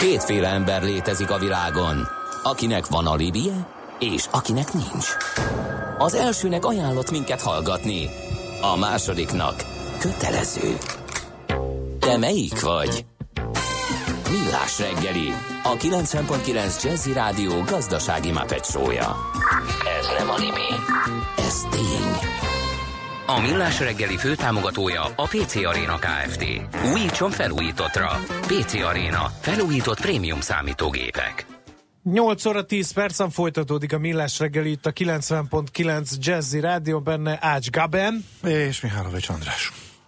Kétféle ember létezik a világon, akinek van alibije, és akinek nincs. Az elsőnek ajánlott minket hallgatni, a másodiknak kötelező. Te melyik vagy? Millás reggeli, a 90.9 Jazzy Rádió gazdasági Muppet show-ja. Ez nem anime, ez tény. A Millás reggeli főtámogatója a PC Arena Kft. Újítson felújítottra. PC Arena. Felújított prémium számítógépek. 8 óra 10 percen folytatódik a Millás reggeli itt a 90.9 Jazzy Rádió, benne Ács Gaben és Mihálovics András.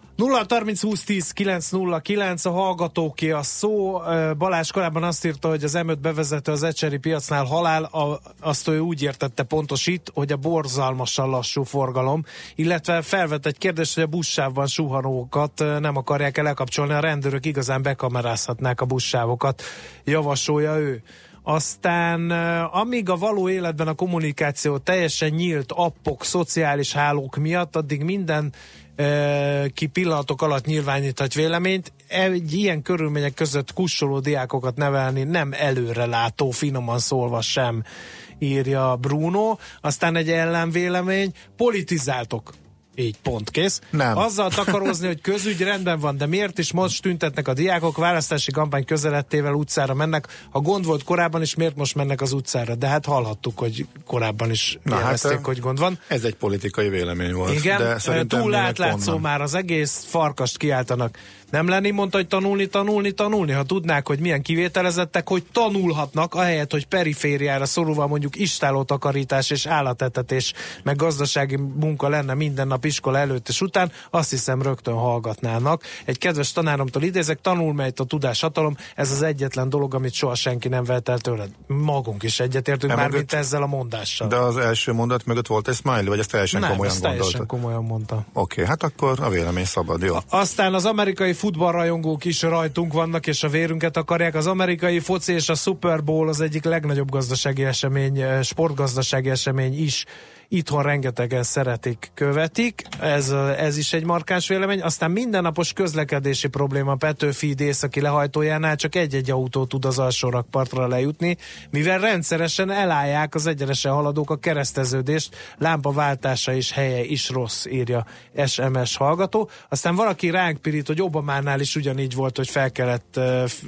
0-30-20-10-9-09 a hallgatóké a szó. Balázs korábban azt írta, hogy az M5 bevezető az ecseri piacnál halál, azt ő úgy értette, pontosít, hogy a borzalmasan lassú forgalom, illetve felvett egy kérdést, hogy a buszsávban suhanókat nem akarják lekapcsolni, a rendőrök igazán bekamerázhatnák a buszsávokat, javasolja ő. Aztán amíg a való életben a kommunikáció teljesen nyílt appok, szociális hálók miatt, addig minden ki pillanatok alatt nyilváníthat véleményt. Egy ilyen körülmények között kussoló diákokat nevelni nem előrelátó, finoman szólva sem, írja Bruno. Aztán egy ellenvélemény, politizáltok. Így pontkész. Nem. Azzal takarózni, hogy közügy rendben van, de miért is most tüntetnek a diákok, választási kampány közelettével utcára mennek, ha gond volt korábban is, miért most mennek az utcára? De hát hallhattuk, hogy korábban is jelezték, hogy gond van. Ez egy politikai vélemény volt. Igen, de túl átlátszó már az egész, farkast kiáltanak. Nem lenni, mondta, hogy tanulni. Ha tudnák, hogy milyen kivételezettek, hogy tanulhatnak, ahelyett, hogy perifériára szorulva mondjuk istálótakarítás és állatetetés, meg gazdasági munka lenne minden nap iskola előtt és után, azt hiszem rögtön hallgatnának. Egy kedves tanáromtól idézek, tanul, melyet a tudás hatalom, ez az egyetlen dolog, amit soha senki nem vett el tőled. Magunk is egyetértünk már, mint ezzel a mondással. De az első mondat mögött volt egy smiley, vagy ezt teljesen komolyan gondoltad? Nem, teljesen komolyan mondta. Oké, hát akkor a vélemény szabad, jó. Aztán az amerikai futballrajongók is rajtunk vannak, és a vérünket akarják. Az amerikai foci és a Super Bowl az egyik legnagyobb gazdasági esemény, sportgazdasági esemény is. Itthon rengetegen szeretik, követik, ez is egy markáns vélemény. Aztán mindennapos közlekedési probléma Petőfi északi lehajtójánál, csak egy-egy autó tud az alsó rakpartra lejutni, mivel rendszeresen elállják az egyenesen haladók a kereszteződést, lámpaváltása és helye is rossz, írja SMS hallgató. Aztán valaki ránk pirít, hogy Obamánál is ugyanígy volt, hogy fel kellett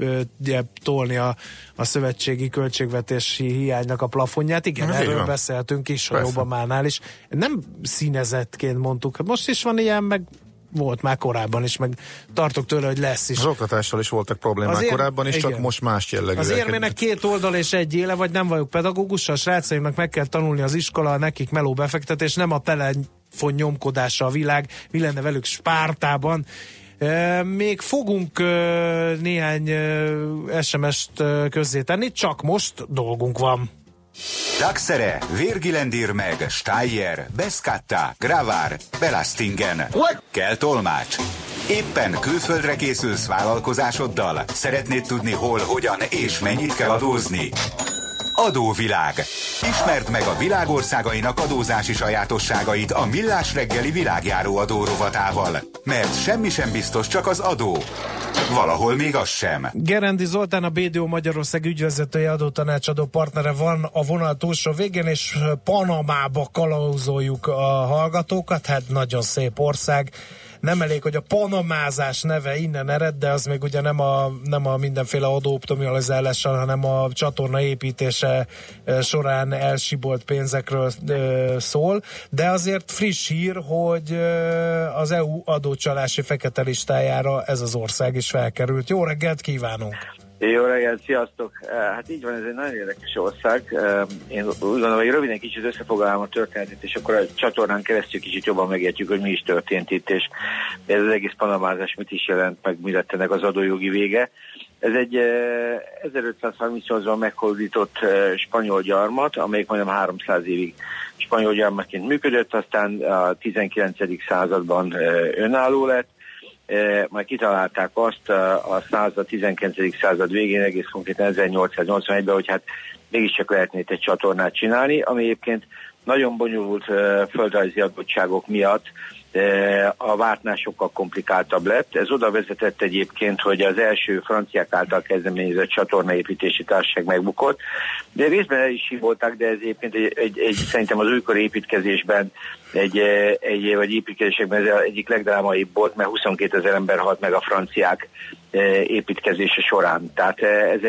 tolni a szövetségi költségvetési hiánynak a plafonját. Igen, erről beszéltünk is, hogy Obamánál is. Nem színezettként mondtuk. Most is van ilyen, meg volt már korábban is, meg tartok tőle, hogy lesz is. Az oktatással is voltak problémák korábban is, csak most más jellegűek. Az érmének két oldal és egy éle, vagy nem vagyok pedagógus, a srácaimnak meg kell tanulni az iskola, nekik meló befektetés, nem a telefon nyomkodása a világ, mi lenne velük Spártában. Még fogunk néhány SMS-t közzétenni, csak most dolgunk van. Daxere, Virgilendir meg, Steyer, Beskatta, Gravár, Belastingen. Kell tolmács. Éppen külföldre készülsz vállalkozásoddal? Szeretnéd tudni hol, hogyan és mennyit kell adózni? Adóvilág. Ismerd meg a világországainak adózási sajátosságait a Millás reggeli világjáró adó rovatával. Mert semmi sem biztos, csak az adó. Valahol még az sem. Gerendi Zoltán, a BDO Magyarország ügyvezetője, adótanácsadó partnere van a vonal túlsó végén, és Panamába kalauzoljuk a hallgatókat. Hát nagyon szép ország. Nem elég, hogy a panamázás neve innen ered, de az még ugye nem a mindenféle adóoptimalizálással, hanem a csatorna építése során elsibolt pénzekről szól. De azért friss hír, hogy az EU adócsalási fekete listájára ez az ország is felkerült. Jó reggelt kívánunk! Jó reggelt, sziasztok! Hát így van, ez egy nagyon érdekes ország. Én úgy gondolom, hogy röviden kicsit összefoglalom a történetet, és akkor a csatornán keresztül kicsit jobban megértjük, hogy mi is történt itt, és ez az egész panamázás mit is jelent, meg mi lett ennek az adójogi vége. Ez egy 1538-ban meghódított spanyol gyarmat, amelyik majdnem 300 évig spanyol gyarmatként működött, aztán a 19. században önálló lett. Majd kitalálták azt a 19. század végén, egész konkrétan 1881-ben, hogy hát mégiscsak lehetne itt egy csatornát csinálni, ami egyébként nagyon bonyolult földrajzi adottságok miatt a vártnál sokkal komplikáltabb lett. Ez oda vezetett egyébként, hogy az első franciák által kezdeményezett csatornaépítési társaság megbukott, de részben el is hívolták, de ez egyébként szerintem az újkori építkezésben vagy építkezésekben ez egyik legdrámaibb volt, mert 22 000 ember halt meg a franciák építkezése során. Tehát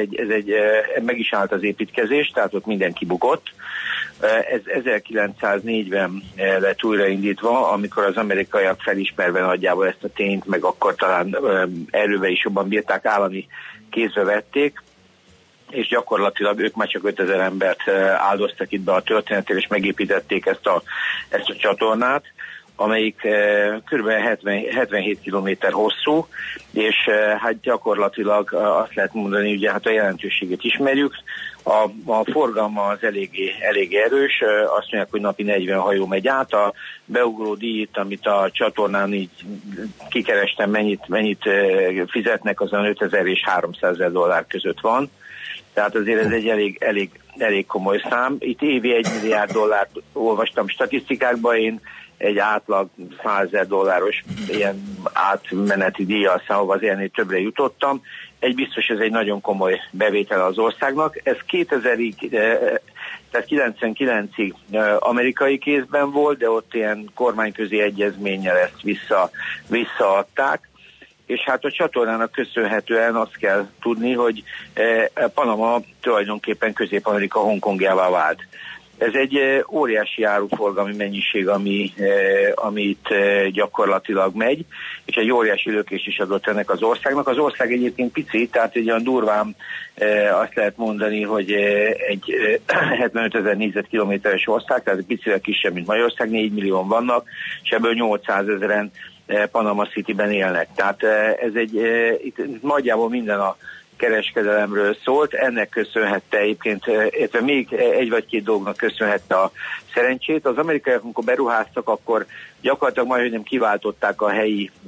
meg is állt az építkezés, tehát ott mindenki bukott. Ez 1904-ben lett újraindítva, amikor az amerikaiak felismerve nagyjából ezt a tényt, meg akkor talán erőbe is jobban bírták, állami kézbe vették, és gyakorlatilag ők már csak 5000 embert áldoztak itt be a történetre, és megépítették ezt a csatornát, amelyik kb. 77 kilométer hosszú, és hát gyakorlatilag azt lehet mondani, ugye hát a jelentőségét ismerjük, a forgalma az elég erős, azt mondják, hogy napi 40 hajó megy át, a beugró díjat, amit a csatornán így kikerestem, mennyit fizetnek, azon 5000 és 300 $000 között van. Tehát azért ez egy elég komoly szám. Itt évi $1 milliárd olvastam statisztikákban, én egy átlag $100,000 ilyen átmeneti díjjal számolva az ennél többre jutottam. Egy biztos, ez egy nagyon komoly bevétel az országnak. Ez 2000-ig, tehát 99-ig amerikai kézben volt, de ott ilyen kormányközi egyezménnyel ezt visszaadták. És hát a csatornának köszönhetően azt kell tudni, hogy Panama tulajdonképpen Közép-Amerika Hongkongjává vált. Ez egy óriási áruforgalmi mennyiség, amit gyakorlatilag megy, és egy óriási lökést is adott ennek az országnak. Az ország egyébként pici, tehát egy olyan durván azt lehet mondani, hogy egy 75 000 négyzetkilométeres ország, tehát picivel kisebb, mint Magyarország, 4 millióan vannak, és ebből 800 000-en Panama Cityben élnek. Tehát ez itt nagyjából minden a kereskedelemről szólt, ennek köszönhette egyébként, illetve még egy vagy két dolognak köszönhette a szerencsét. Az amerikaiak, amikor beruháztak, akkor gyakorlatilag majdnem kiváltották a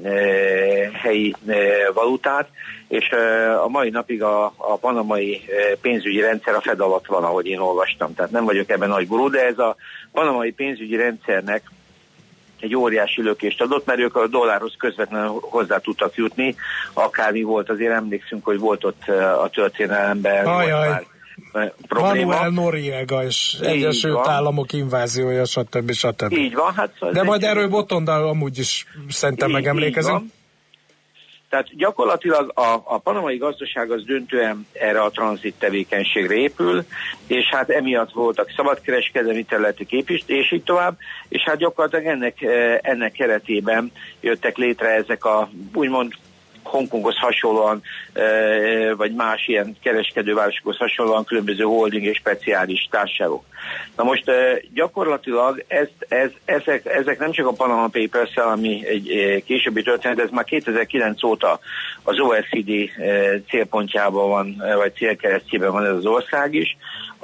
helyi valutát, és a mai napig a panamai pénzügyi rendszer a Fed alatt van, ahogy én olvastam. Tehát nem vagyok ebben nagy gurú, de ez a panamai pénzügyi rendszernek egy óriási lökést adott, mert ők a dollárhoz közvetlenül hozzá tudtak jutni, akármi volt, azért emlékszünk, hogy volt ott a történelemben már probléma. Manuel Noriega és Egyesült Államok inváziója, stb. Így van. Hát, de majd erről Botondal amúgy is szerintem megemlékezünk. Tehát gyakorlatilag a panamai gazdaság az döntően erre a tranzit tevékenységre épül, és hát emiatt voltak szabadkereskedelmi területek és így tovább, és hát gyakorlatilag ennek keretében jöttek létre ezek a úgymond Hongkonghoz hasonlóan, vagy más ilyen kereskedővárosokhoz hasonlóan különböző holding és speciális társaságok. Na most gyakorlatilag ezek nem csak a Panama Papers-szel, ami egy későbbi történet, ez már 2009 óta az OECD célpontjában van, vagy célkeresztjében van ez az ország is,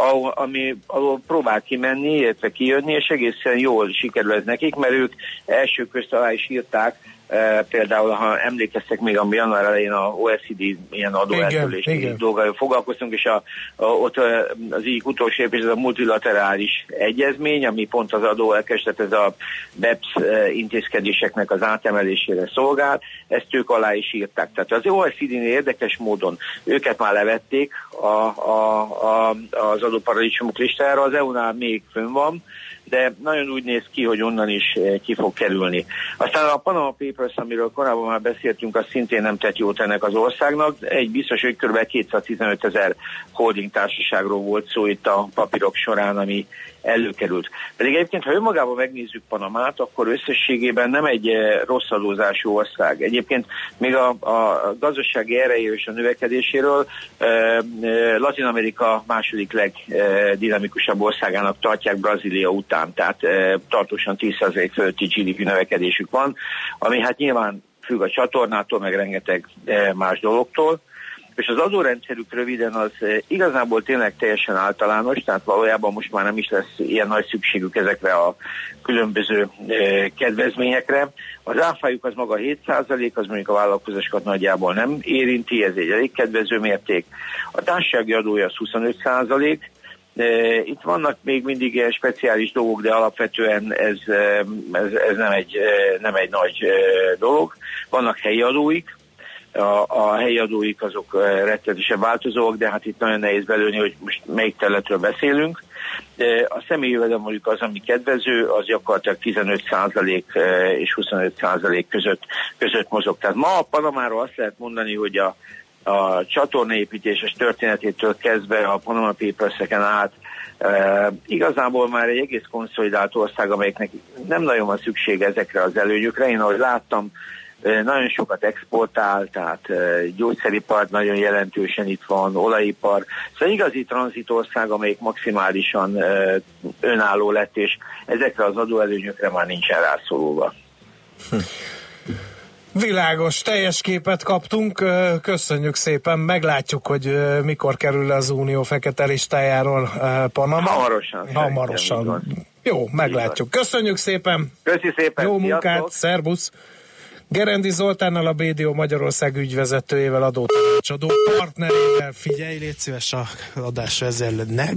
ahol próbál kimenni, illetve kijönni, és egészen jól sikerül ez nekik, mert ők első közt alá is írták, például, ha emlékeztek még a január elején a OECD ilyen adóeltörlési dolgával foglalkoztunk, és ott az egyik utolsó lépés, ez a multilaterális egyezmény, ami pont az adóelkereslet, ez a BEPS intézkedéseknek az átemelésére szolgál, ezt ők alá is írták. Tehát az OECD-nél érdekes módon őket már levették az adóparadicsomok listájára, az EU-nál még fönn van, de nagyon úgy néz ki, hogy onnan is ki fog kerülni. Aztán a Panama Papers, amiről korábban már beszéltünk, az szintén nem tett jót ennek az országnak. Egy biztos, hogy kb. 215 000 holding társaságról volt szó itt a papírok során, ami előkerült. Pedig egyébként, ha önmagában megnézzük Panamát, akkor összességében nem egy rossz adózású ország. Egyébként még a gazdasági erejéről és a növekedéséről Latin-Amerika második legdinamikusabb országának tartják Brazília után, tehát tartósan 10% fölötti GDP növekedésük van, ami hát nyilván függ a csatornától, meg rengeteg más dologtól. És az adórendszerük röviden az igazából tényleg teljesen általános, tehát valójában most már nem is lesz ilyen nagy szükségük ezekre a különböző kedvezményekre. Az áfájuk az maga 7%, az mondjuk a vállalkozásokat nagyjából nem érinti, ez egy elég kedvező mérték. A társasági adója az 25%, Itt vannak még mindig ilyen speciális dolgok, de alapvetően ez nem egy nagy dolog. Vannak helyi adóik, a helyi adóik azok rettenetesen változóak, de hát itt nagyon nehéz belőni, hogy most melyik területről beszélünk. A személyi jövedelem mondjuk az, ami kedvező, az gyakorlatilag 15% és 25% között mozog. Tehát ma a Panamáról azt lehet mondani, hogy a csatornaépítéses történetétől kezdve a Panama Papers-eken át igazából már egy egész konszolidált ország, amelyeknek nem nagyon van szüksége ezekre az előnyökre. Én ahogy láttam, nagyon sokat exportál, tehát gyógyszeripar nagyon jelentősen itt van, olajipar. Szóval igazi tranzitország, amelyik maximálisan önálló lett, és ezekre az adóelőnyökre már nincsen rászorulva. Világos, teljes képet kaptunk, köszönjük szépen, meglátjuk, hogy mikor kerül le az Unió fekete listájáról Panama. Hamarosan. Jó, meglátjuk. Köszönjük szépen! Köszi szépen! Jó munkát, szervusz! Gerendi Zoltánnal, a BDO Magyarország ügyvezetőjével, adótanácsadó partnerével. Figyelj, légy szíves a adásra ezzel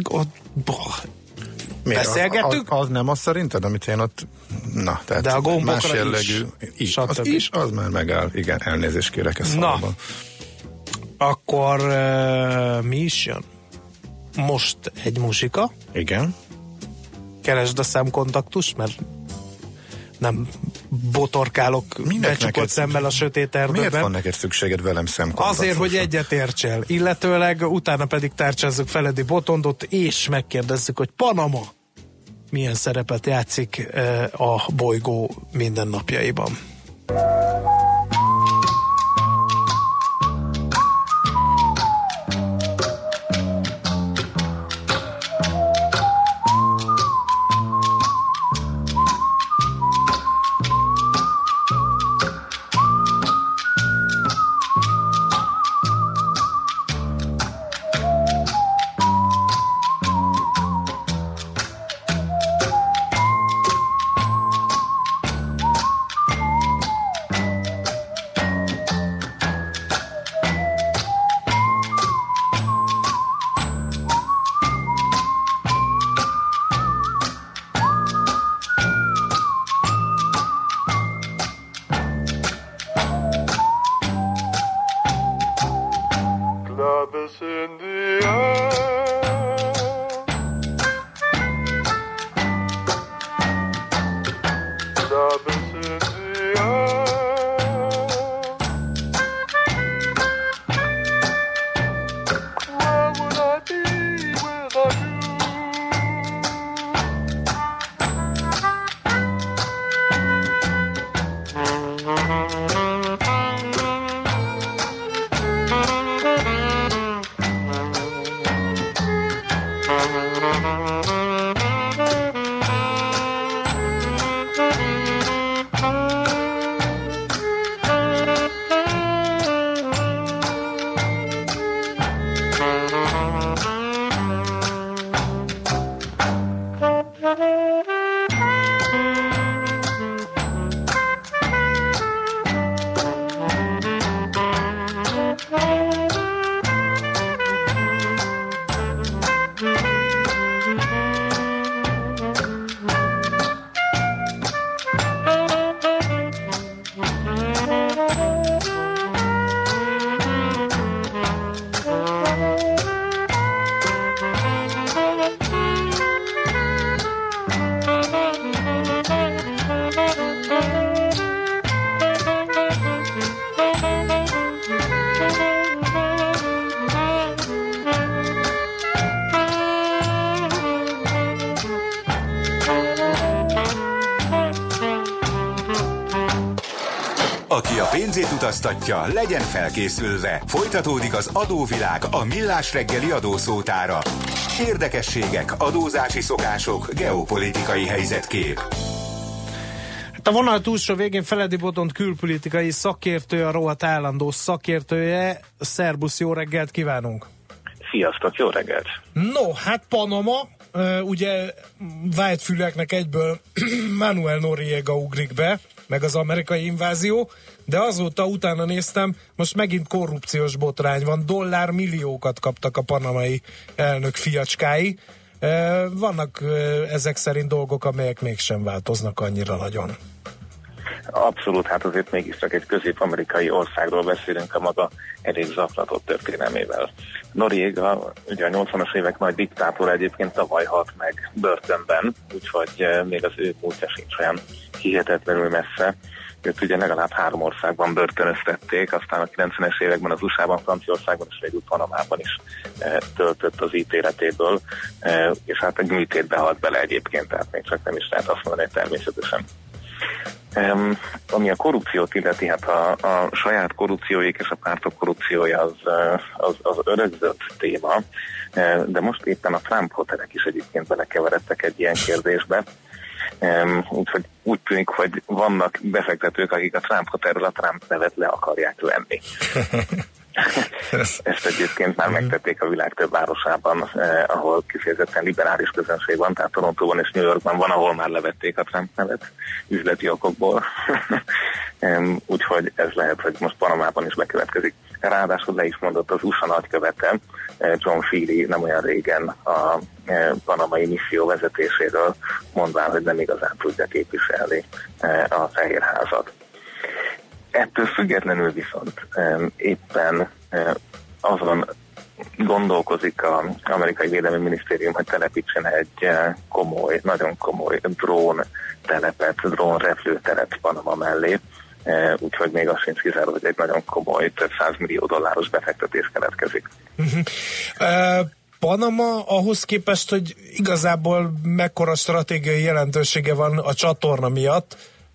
beszélgettük? Az nem az szerinted, amit én ott... Na, tehát de a gombokra más jellegű... Az már megáll. Igen, elnézést kérek ezt valóban. Akkor mi is jön? Most egy muzsika. Igen. Keresd a szemkontaktust, mert nem botorkálok becsukott szemmel a sötét erdőben. Miért van neked szükséged velem szemkontaktusra? Azért, hogy egyet értsel. Illetőleg utána pedig tárcsázzuk Feledi Botondot, és megkérdezzük, hogy Panama milyen szerepet játszik a bolygó mindennapjaiban. Aki a pénzét utaztatja, legyen felkészülve. Folytatódik az adóvilág, a millás reggeli adószótára. Érdekességek, adózási szokások, geopolitikai helyzetkép. A vonal túlsó végén Feledi Botond külpolitikai szakértő, a rohadt állandó szakértője. Szerbusz, jó reggelt kívánunk! Sziasztok, jó reggelt! No, hát Panama, ugye vájtfüleknek egyből Manuel Noriega ugrik be, meg az amerikai invázió, de azóta utána néztem, most megint korrupciós botrány van, dollármilliókat kaptak a panamai elnök fiacskái. Vannak ezek szerint dolgok, amelyek mégsem változnak annyira nagyon. Abszolút, hát azért mégiscsak egy közép-amerikai országról beszélünk a maga elég zaklatott történelmével. Noriega, ugye a 80-as évek nagy diktátora egyébként tavaly halt meg börtönben, úgyhogy még az ő múltja sincs olyan hihetetlenül messze. Őt ugye legalább 3 országban börtönöztették, aztán a 90-es években az USA-ban, Franciaországban és végül Panamában is töltött az ítéletéből, és hát egy műtétbe halt bele egyébként, tehát még csak nem is lehet azt mondani természetesen. Ami a korrupciót illeti, hát a saját korrupcióik és a pártok korrupciója az örökzött téma, de most éppen a Trump hotelek is egyébként belekeveredtek egy ilyen kérdésbe. Úgyhogy úgy tűnik, hogy vannak befektetők, akik a Trump hotelről a Trump nevet le akarják venni. Ezt egyébként már megtették a világ több városában, ahol kifejezetten liberális közönség van, tehát Torontóban és New Yorkban van, ahol már levették a Trump nevet üzleti okokból. Úgyhogy ez lehet, hogy most Panamában is bekövetkezik. Ráadásul le is mondott az USA nagykövete, John Feely nem olyan régen a panamai misszió vezetéséről, mondván, hogy nem igazán tudja képviselni a Fehérházat. Ettől függetlenül viszont éppen azon gondolkozik az amerikai védelmi minisztérium, hogy telepítsen egy komoly, nagyon komoly drónrepülőteret Panama mellé, úgyhogy még az sincs kizáró, hogy egy nagyon komoly, több $100 millió befektetés keletkezik. Panama ahhoz képest, hogy igazából mekkora stratégiai jelentősége van a csatorna miatt,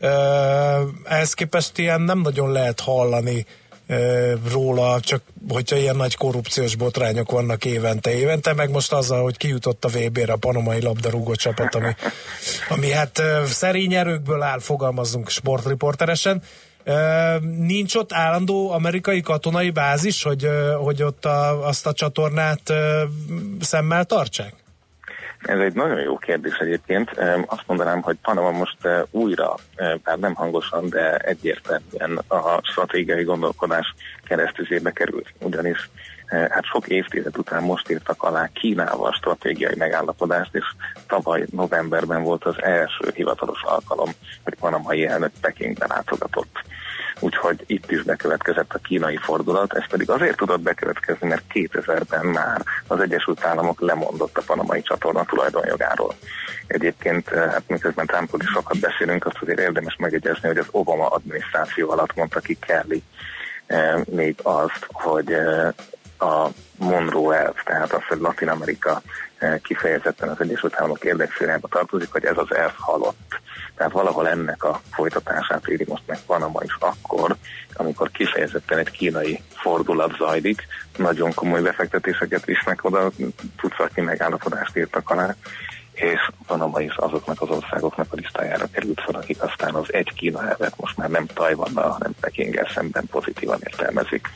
ehhez képest ilyen nem nagyon lehet hallani róla, csak hogyha ilyen nagy korrupciós botrányok vannak évente, meg most azzal, hogy kijutott a VB-re a panamai labdarúgó csapat, ami hát szerény erőkből áll, fogalmazzunk sportriporteresen. Nincs ott állandó amerikai katonai bázis, hogy ott azt a csatornát szemmel tartsák? Ez egy nagyon jó kérdés egyébként. Azt mondanám, hogy Panama most újra, bár nem hangosan, de egyértelműen a stratégiai gondolkodás keresztüzébe került. Ugyanis hát sok évtized után most írtak alá Kínával stratégiai megállapodást, és tavaly novemberben volt az első hivatalos alkalom, hogy panamai elnök Pekingbe látogatott. Úgyhogy itt is bekövetkezett a kínai fordulat, ez pedig azért tudott bekövetkezni, mert 2000-ben már az Egyesült Államok lemondott a panamai csatorna tulajdonjogáról. Egyébként, hát miközben Trumpról is sokat beszélünk, azt azért érdemes megjegyezni, hogy az Obama adminisztráció alatt mondta ki Kelly még azt, hogy a Monroe elv, tehát az, hogy Latin Amerika kifejezetten az Egyesült Államok érdekszférába tartozik, hogy ez az elv halott. Tehát valahol ennek a folytatását éri most meg Panama is akkor, amikor kifejezetten egy kínai fordulat zajlik, nagyon komoly befektetéseket visznek oda, tucatnyi megállapodást írtak alá, és Panama is azoknak az országoknak a listájára került fel, akik aztán az egy Kína elvet most már nem Tajvannal, hanem Pekinggel szemben pozitívan értelmezik.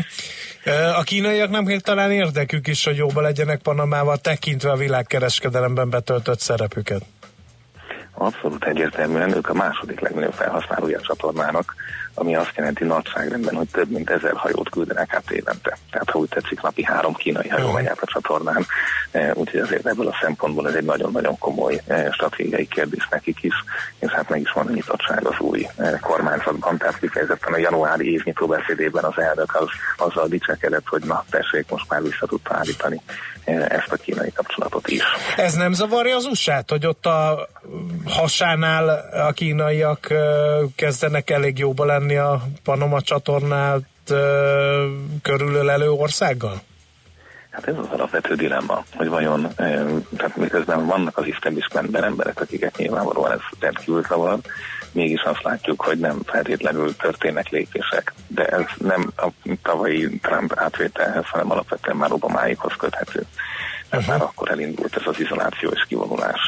A kínaiak nem hirtelen érdekük is, hogy jóba legyenek Panamával, tekintve a világkereskedelemben betöltött szerepüket? Abszolút egyértelműen ők a második legnagyobb felhasználója a csatornának, ami azt jelenti nagyságrendben, hogy több mint 1000 hajót küldenek át évente. Tehát ha úgy tetszik, napi 3 kínai hajó megy át a csatornán. Úgyhogy azért ebből a szempontból ez egy nagyon-nagyon komoly stratégiai kérdés nekik is, és hát meg is van a nyitottság az új kormányzatban, tehát kifejezetten a januári évnyitó beszédében az elnök azzal dicsekedett, hogy na tessék, most már vissza tudta állítani ezt a kínai kapcsolatot is. Ez nem zavarja az USA-t, hogy ott a hasánál a kínaiak kezdenek elég jóba lenni a Panama csatornát körülölelő országgal? Hát ez az alapvető dilemma, hogy vajon, tehát miközben vannak az establishmentben emberek, akiket nyilvánvalóan ez rendkívül zavar, mégis azt látjuk, hogy nem feltétlenül történnek lépések. De ez nem a tavalyi Trump átvételhez, hanem alapvetően már Obamáékhoz köthető. Tehát már akkor elindult ez az izoláció és kivonulás.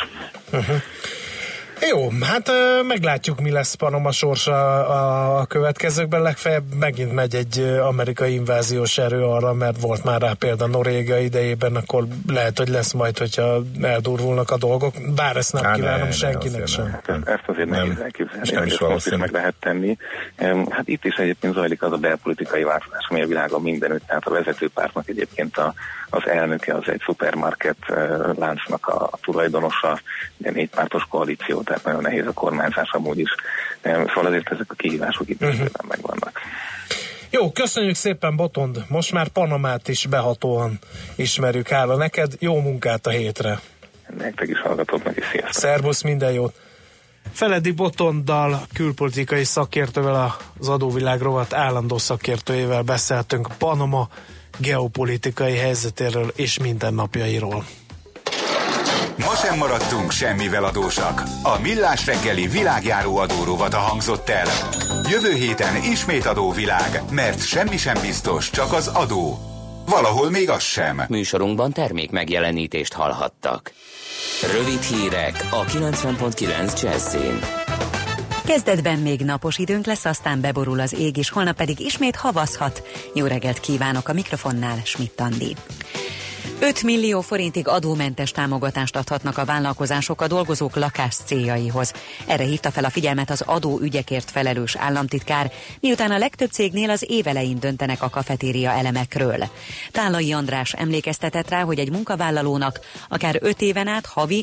Jó, hát meglátjuk, mi lesz Panama sorsa a következőkben. Legfeljebb megint megy egy amerikai inváziós erő arra, mert volt már rá példa Noriega idejében, akkor lehet, hogy lesz majd, hogyha eldurvulnak a dolgok. Bár ezt nem kívánom senkinek sem. Ezt azért nehéz elképzelni, hogy ezt most is meg lehet tenni. Hát itt is egyébként zajlik az a belpolitikai változás, ami a világon mindenütt, tehát a vezetőpártnak egyébként az elnöke az egy szupermarket láncnak a tulajdonosa, de 4 pártos koalíció, tehát nagyon nehéz a kormányzás amúgy is. Szóval azért ezek a kihívások itt megvannak. Jó, köszönjük szépen, Botond. Most már Panamát is behatóan ismerjük. Hála neked, jó munkát a hétre. Nektek is hallgatóknak is, sziasztok. Szervusz, minden jót. Feledi Botonddal, külpolitikai szakértővel, az Adóvilág rovat állandó szakértőjével beszéltünk Panama geopolitikai helyzetéről és mindennapjairól. Ma sem maradtunk semmivel adósak. A Millás reggeli világjáró adórovat hangzott el. Jövő héten ismét adóvilág, mert semmi sem biztos, csak az adó. Valahol még az sem. Műsorunkban termék megjelenítést hallhattak. Rövid hírek a 90.9 Jazzin. Kezdetben még napos időnk lesz, aztán beborul az ég, és holnap pedig ismét havazhat. Jó reggelt kívánok, a mikrofonnál Schmidt Andi. 5 millió forintig adómentes támogatást adhatnak a vállalkozások a dolgozók lakás céljaihoz. Erre hívta fel a figyelmet az adóügyekért felelős államtitkár, miután a legtöbb cégnél az év elején döntenek a kafetéria elemekről. Tálai András emlékeztetett rá, hogy egy munkavállalónak akár 5 éven át havi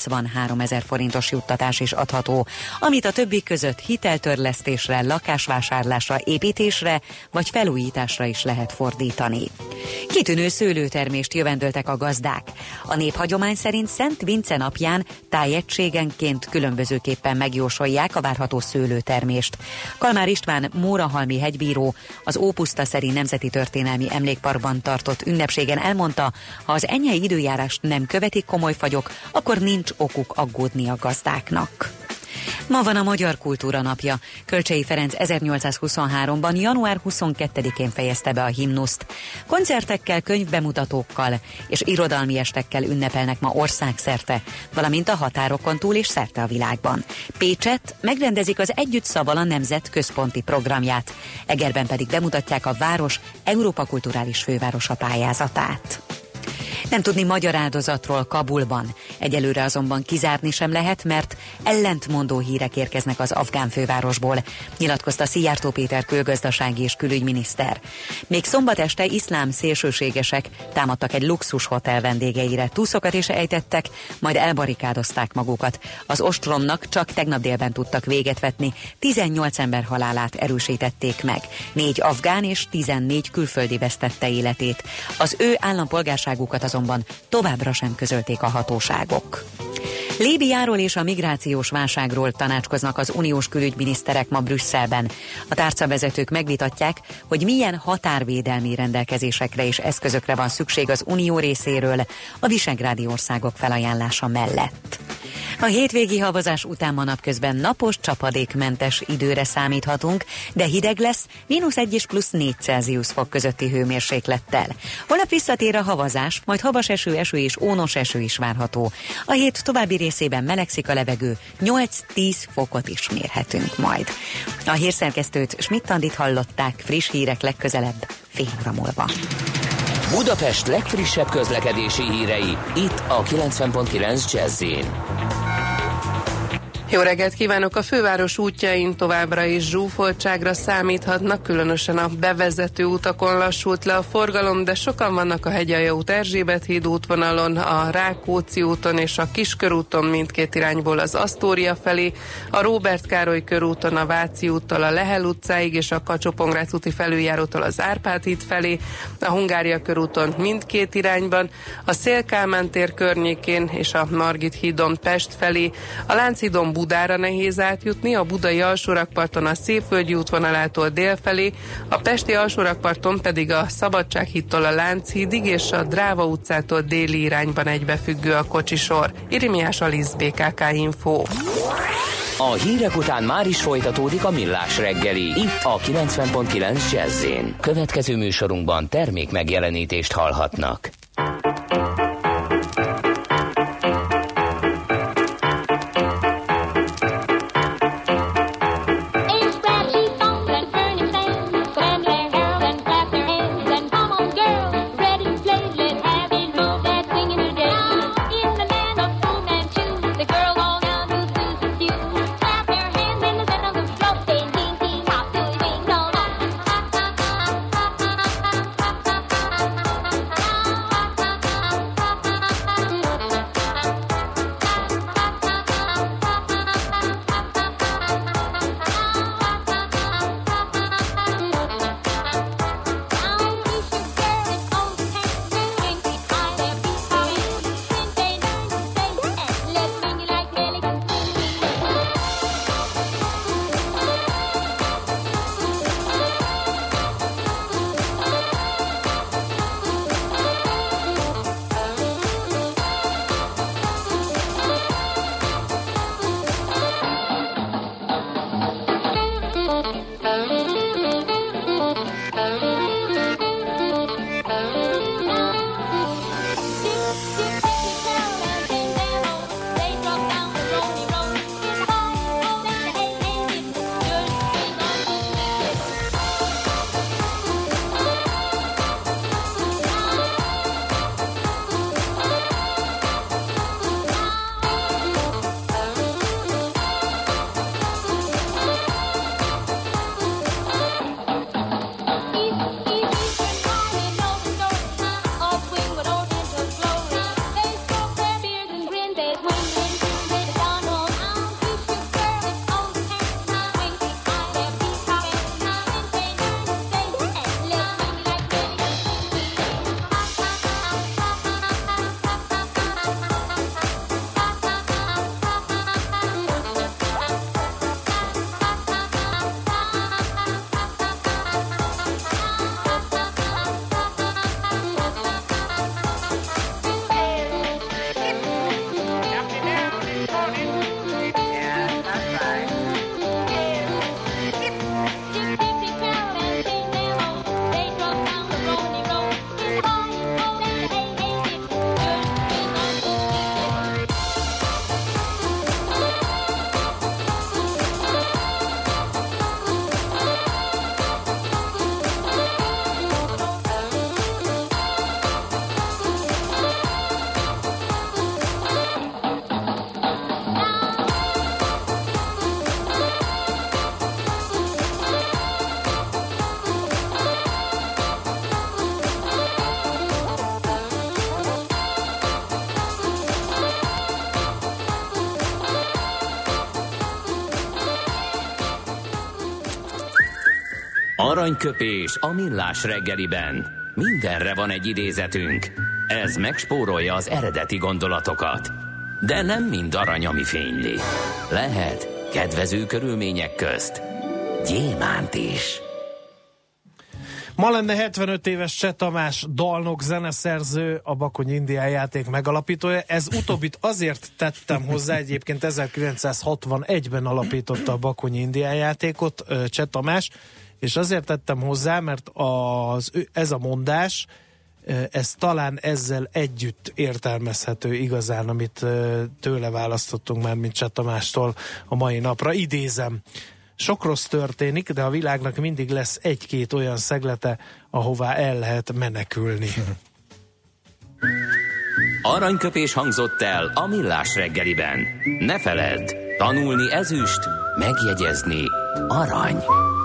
83 000 forintos juttatás is adható, amit a többik között hiteltörlesztésre, lakásvásárlásra, építésre vagy felújításra is lehet fordítani. Kitűnő szőlőtermést jövendöltek a gazdák. A néphagyomány szerint Szent Vince napján tájegységenként különbözőképpen megjósolják a várható szőlőtermést. Kalmár István mórahalmi hegybíró az Ópusztaszeri Nemzeti Történelmi Emlékparkban tartott ünnepségen elmondta, ha az enyhei időjárást nem követik komoly fagyok, akkor nincs okuk aggódni a gazdáknak. Ma van a Magyar Kultúra Napja. Kölcsey Ferenc 1823-ban január 22-én fejezte be a himnuszt. Koncertekkel, könyvbemutatókkal és irodalmi estekkel ünnepelnek ma országszerte, valamint a határokon túl és szerte a világban. Pécsett megrendezik az Együtt Szaval a Nemzet központi programját. Egerben pedig bemutatják a város Európa Kulturális Fővárosa pályázatát. Nem tudni magyar áldozatról Kabulban. Egyelőre azonban kizárni sem lehet, mert ellentmondó hírek érkeznek az afgán fővárosból, nyilatkozta Szijjártó Péter külgazdasági és külügyminiszter. Még szombat este iszlám szélsőségesek támadtak egy luxushotel vendégeire, túszokat is ejtettek, majd elbarikádozták magukat. Az ostromnak csak tegnap délben tudtak véget vetni, 18 ember halálát erősítették meg. 4 afgán és 14 külföldi vesztette életét. Az ő állampolgárságukat azonban továbbra sem közölték a hatóságok. Líbiáról és a migrációs válságról tanácskoznak az uniós külügyminiszterek ma Brüsszelben. A tárcavezetők megvitatják, hogy milyen határvédelmi rendelkezésekre és eszközökre van szükség az unió részéről a visegrádi országok felajánlása mellett. A hétvégi havazás után ma napközben napos, csapadékmentes időre számíthatunk, de hideg lesz, -1 és +4 Celsius fok közötti hőmérséklettel. Holnap visszatér a havazás, majd havas eső és ónos eső is várható. A hét további részében melegszik a levegő, 8-10 fokot is mérhetünk majd. A hírszerkesztőt, Schmidt Andit hallották, friss hírek legközelebb, fél óra múlva. Budapest legfrissebb közlekedési hírei, itt a 90.9 Jazz-in. Jó reggelt kívánok! A főváros útjain továbbra is zsúfoltságra számíthatnak, különösen a bevezető utakon lassult le a forgalom, de sokan vannak a Hegyalja út Erzsébet híd útvonalon, a Rákóczi úton és a Kiskörúton mindkét irányból az Asztória felé, a Róbert Károly körúton a Váci úttól a Lehel utcáig és a Kacsó-Pongrác úti felüljárótól az Árpád híd felé, a Hungária körúton mindkét irányban, a Széll-Kálmán tér környékén és a Margit hídon Pest felé, a Lánchídon Budára nehéz átjutni, a budai alsórakparton a Székvölgyi útvonalától dél felé, a pesti alsórakparton pedig a Szabadsághídtól a Lánchídig és a Dráva utcától déli irányban egybefüggő a kocsisor. Irimiás Alisz, BKK Info. A hírek után már is folytatódik a Millás reggeli, itt a 90.9 Jazz-in. Következő műsorunkban termék megjelenítést hallhatnak. Aranyköpés a millás reggeliben. Mindenre van egy idézetünk. Ez megspórolja az eredeti gondolatokat. De nem mind arany, ami fényli. Lehet kedvező körülmények közt gyémánt is. Ma lenne 75 éves Cseh Tamás dalnok, zeneszerző, a Bakony Indián játék megalapítója. Ez utóbbit azért tettem hozzá, egyébként 1961-ben alapította a Bakony Indián játékot Cseh Tamás, és azért tettem hozzá, mert ez a mondás, ez talán ezzel együtt értelmezhető igazán, amit tőle választottunk már, mint Cseh Tamástól a mai napra. Idézem: sok rossz történik, de a világnak mindig lesz egy-két olyan szeglete, ahová el lehet menekülni. Aranyköpés hangzott el a millás reggeliben. Ne feledd, tanulni ezüst, megjegyezni arany.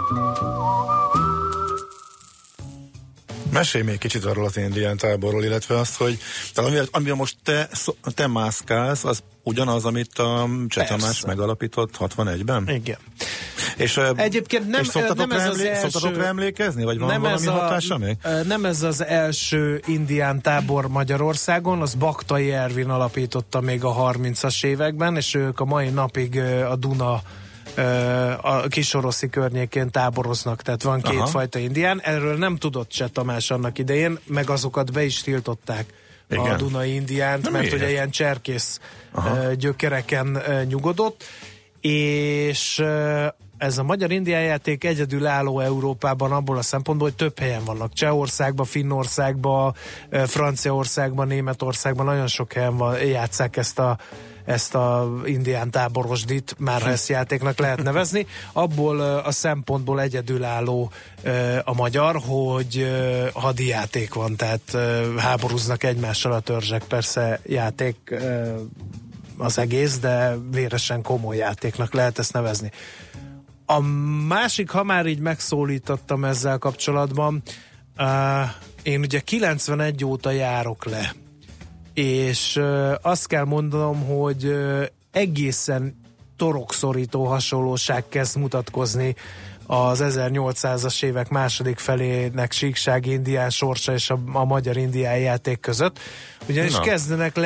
Mesélj még kicsit arról az indián táborról, illetve azt, hogy amivel most te mászkálsz, az ugyanaz, amit a Cseh Tamás megalapított 61-ben? Igen. És egyébként nem ez az első... Szoktatok rá emlékezni? Vagy van valami hatása még? Nem ez az első indián tábor Magyarországon, az Baktai Ervin alapította még a 30-as években, és ők a mai napig a Duna a Kisoroszi környékén táboroznak, tehát van kétfajta indián. Erről nem tudott Cseh Tamás annak idején, meg azokat be is tiltották. Igen. A Dunai indiánt, mert ugye ilyen cserkész gyökereken nyugodott, és ez a magyar indián játék egyedülálló Európában abból a szempontból, hogy több helyen vannak. Csehországban, Finnországban, Franciaországban, Németországban, nagyon sok helyen játsszák ezt a indián táborosdit, már ha ezt játéknak lehet nevezni. Abból a szempontból egyedülálló a magyar, hogy hadijáték van, tehát háborúznak egymással a törzsek, persze játék az egész, de véresen komoly játéknak lehet ezt nevezni. A másik, ha már így megszólítottam ezzel kapcsolatban, én ugye 91 óta járok le, és azt kell mondanom, hogy egészen torokszorító hasonlóság kezd mutatkozni az 1800-as évek második felének síkság indián sorsa és a magyar indián játék között. Ugyanis kezdenek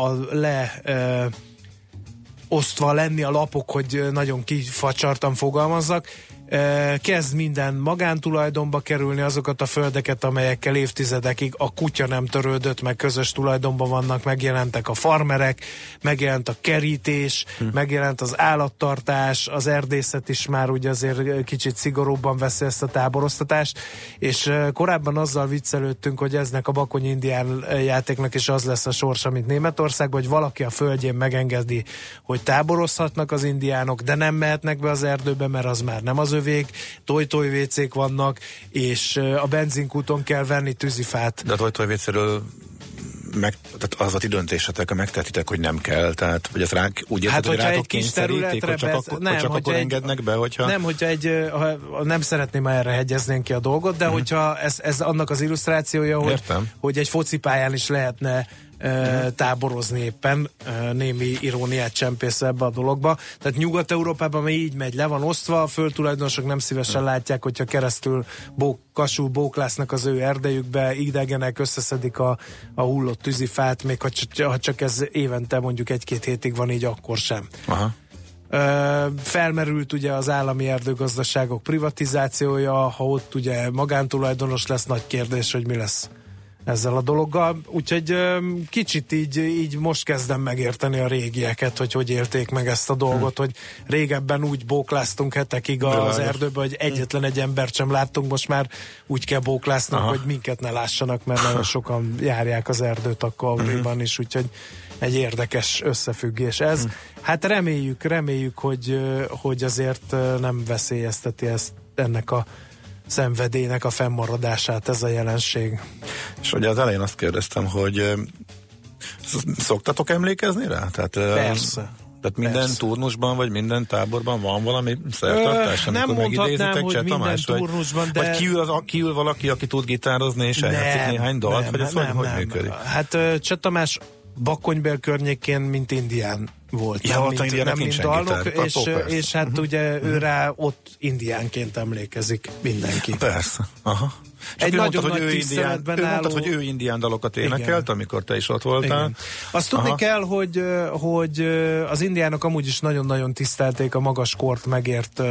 osztva lenni a lapok, hogy nagyon kifacsartan fogalmazzak. Kezd minden magántulajdonba kerülni, azokat a földeket, amelyekkel évtizedekig a kutya nem törődött, meg közös tulajdonban vannak, megjelentek a farmerek, megjelent a kerítés, megjelent az állattartás, az erdészet is már ugye azért kicsit szigorúbban veszi ezt a táboroztatást, és korábban azzal viccelődtünk, hogy eznek a Bakony Indián játéknak is az lesz a sorsa, mint Németországban, hogy valaki a földjén megengedi, hogy táborozhatnak az indiánok, de nem mehetnek be az erdőbe, mert az már nem az övék, toj-toj-vécék vannak, és a benzinkúton kell venni tűzifát. De a toj-toj-vécéről tehát az a ti döntésetek, megtehetitek, hogy nem kell, tehát hogy ez úgy érted, hogy rátok kényszerítik, hogy csak akkor engednek be, hogyha... Nem, hogyha nem szeretném erre hegyeznénk ki a dolgot, de hogyha ez annak az illusztrációja, hogy egy focipályán is lehetne táborozni éppen, némi iróniát csempész ebbe a dologba. Tehát Nyugat-Európában már így megy, le van osztva, a földtulajdonosok nem szívesen látják, hogyha keresztül kasul bóklásznak az ő erdejükbe, idegenek összeszedik a hullott tűzifát, még ha csak ez évente mondjuk 1-2 hétig van így, akkor sem. Aha. Felmerült ugye az állami erdőgazdaságok privatizációja, ha ott ugye magántulajdonos lesz, nagy kérdés, hogy mi lesz ezzel a dologgal. Úgyhogy kicsit így most kezdem megérteni a régieket, hogy élték meg ezt a dolgot, hogy régebben úgy bókláztunk hetekig az erdőbe, hogy egyetlen egy embert sem láttunk, most már úgy kell bóklásznak, hogy minket ne lássanak, mert nagyon sokan járják az erdőt a Kauriban is, úgyhogy egy érdekes összefüggés ez. Hát reméljük, hogy azért nem veszélyezteti ennek a szenvedélynek a fennmaradását ez a jelenség. És ugye az elején azt kérdeztem, hogy szoktatok emlékezni rá? Tehát, persze. Tehát minden turnusban, vagy minden táborban van valami szertartás, amikor megidézitek Cseh Tamás? Turnusban, de... Vagy kiül valaki, aki tud gitározni, és eljátszik néhány dalt, vagy ez hogy működik? Hát Cseh Tamás Bakkonybél környékén, mint indián volt. Ja, nem mint dalnok, és hát ugye őre ott indiánként emlékezik mindenki. Persze, aha. Egy nagyon nagy tiszteletben álló... Mondtad, hogy ő indián dalokat énekelt, amikor te is ott voltál. Igen. Azt tudni kell, hogy az indiánok amúgy is nagyon-nagyon tisztelték a magas kort megért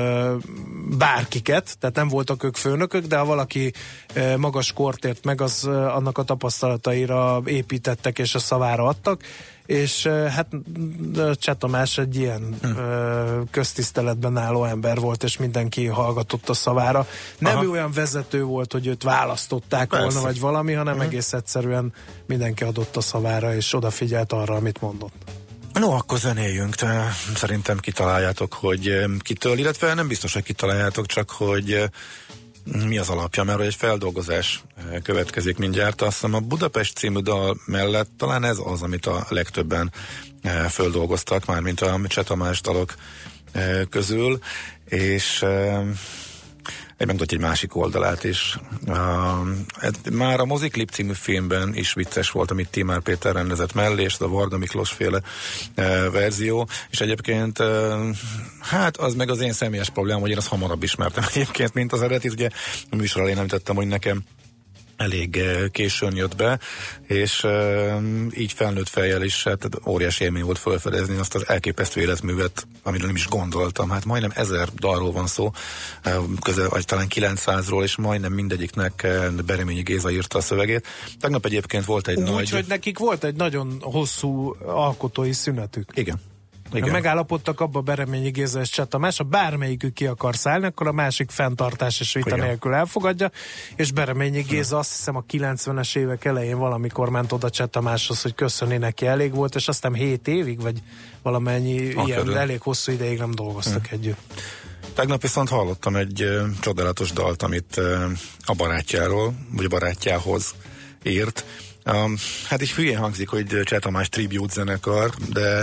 bárkiket, tehát nem voltak ők főnökök, de ha valaki magas kort ért meg, az annak a tapasztalataira építettek és a szavára adtak, és hát Cseh Tamás egy ilyen köztiszteletben álló ember volt, és mindenki hallgatott a szavára. Nem ő olyan vezető volt, hogy őt választották volna, vagy valami, hanem egész egyszerűen mindenki adott a szavára, és odafigyelt arra, amit mondott. No, akkor zenéljünk. Szerintem kitaláljátok, hogy kitől, illetve nem biztos, hogy kitaláljátok, csak hogy mi az alapja, mert egy feldolgozás következik mindjárt. Azt hiszem a Budapest című dal mellett talán ez az, amit a legtöbben földolgoztak, mármint a Cseh Tamás dalok közül, és megmutatja egy másik oldalát is. Már a Moziklip című filmben is vicces volt, amit Timár Péter rendezett mellé, és a Varga Miklós féle verzió, és egyébként hát az meg az én személyes problémám, hogy én azt hamarabb ismertem egyébként, mint az eredetit. Ugye a műsor elején említettem, hogy nekem elég későn jött be, és így felnőtt fejjel is hát óriási élmény volt felfedezni azt az elképesztő életművet, amiről nem is gondoltam. Hát majdnem 1000 dalról van szó, vagy talán 900-ról, és majdnem mindegyiknek Bereményi Géza írta a szövegét. Tegnap egyébként volt egy nagy... Úgyhogy nekik volt egy nagyon hosszú alkotói szünetük. Igen. Ha megállapodtak abba Bereményi Géza és Cseh Tamás, ha bármelyikük ki akar szállni, akkor a másik fenntartás és vita nélkül elfogadja, és Bereményi Géza azt hiszem a 90-es évek elején valamikor ment oda Cseh Tamáshoz, hogy köszönni neki, elég volt, és aztán 7 évig, vagy valamennyi ilyen elég hosszú ideig nem dolgoztak együtt. Tegnap viszont hallottam egy csodálatos dalt, amit a barátjáról, vagy a barátjához írt. Hát így hülyén hangzik, hogy Cseh Tamás tribute zenekar, de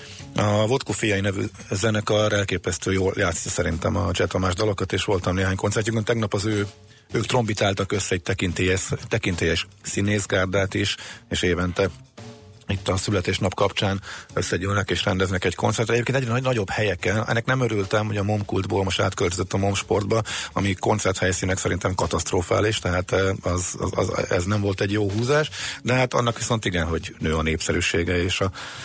a Vodko Fiai nevű zenekar elképesztő jól játszik szerintem a Cseh Tamás dalokat, és voltam néhány koncertjükön. Tegnap ők trombitáltak össze egy tekintélyes színészgárdát is, és évente itt a születésnap kapcsán összegyűlnek és rendeznek egy koncertet. Egyébként egyre nagyobb helyeken, ennek nem örültem, hogy a Momkultból most átköltözött a Momsportba, ami koncerthelyszínek szerintem katasztrofális, tehát ez nem volt egy jó húzás, de hát annak viszont igen, hogy nő a népszerűsége és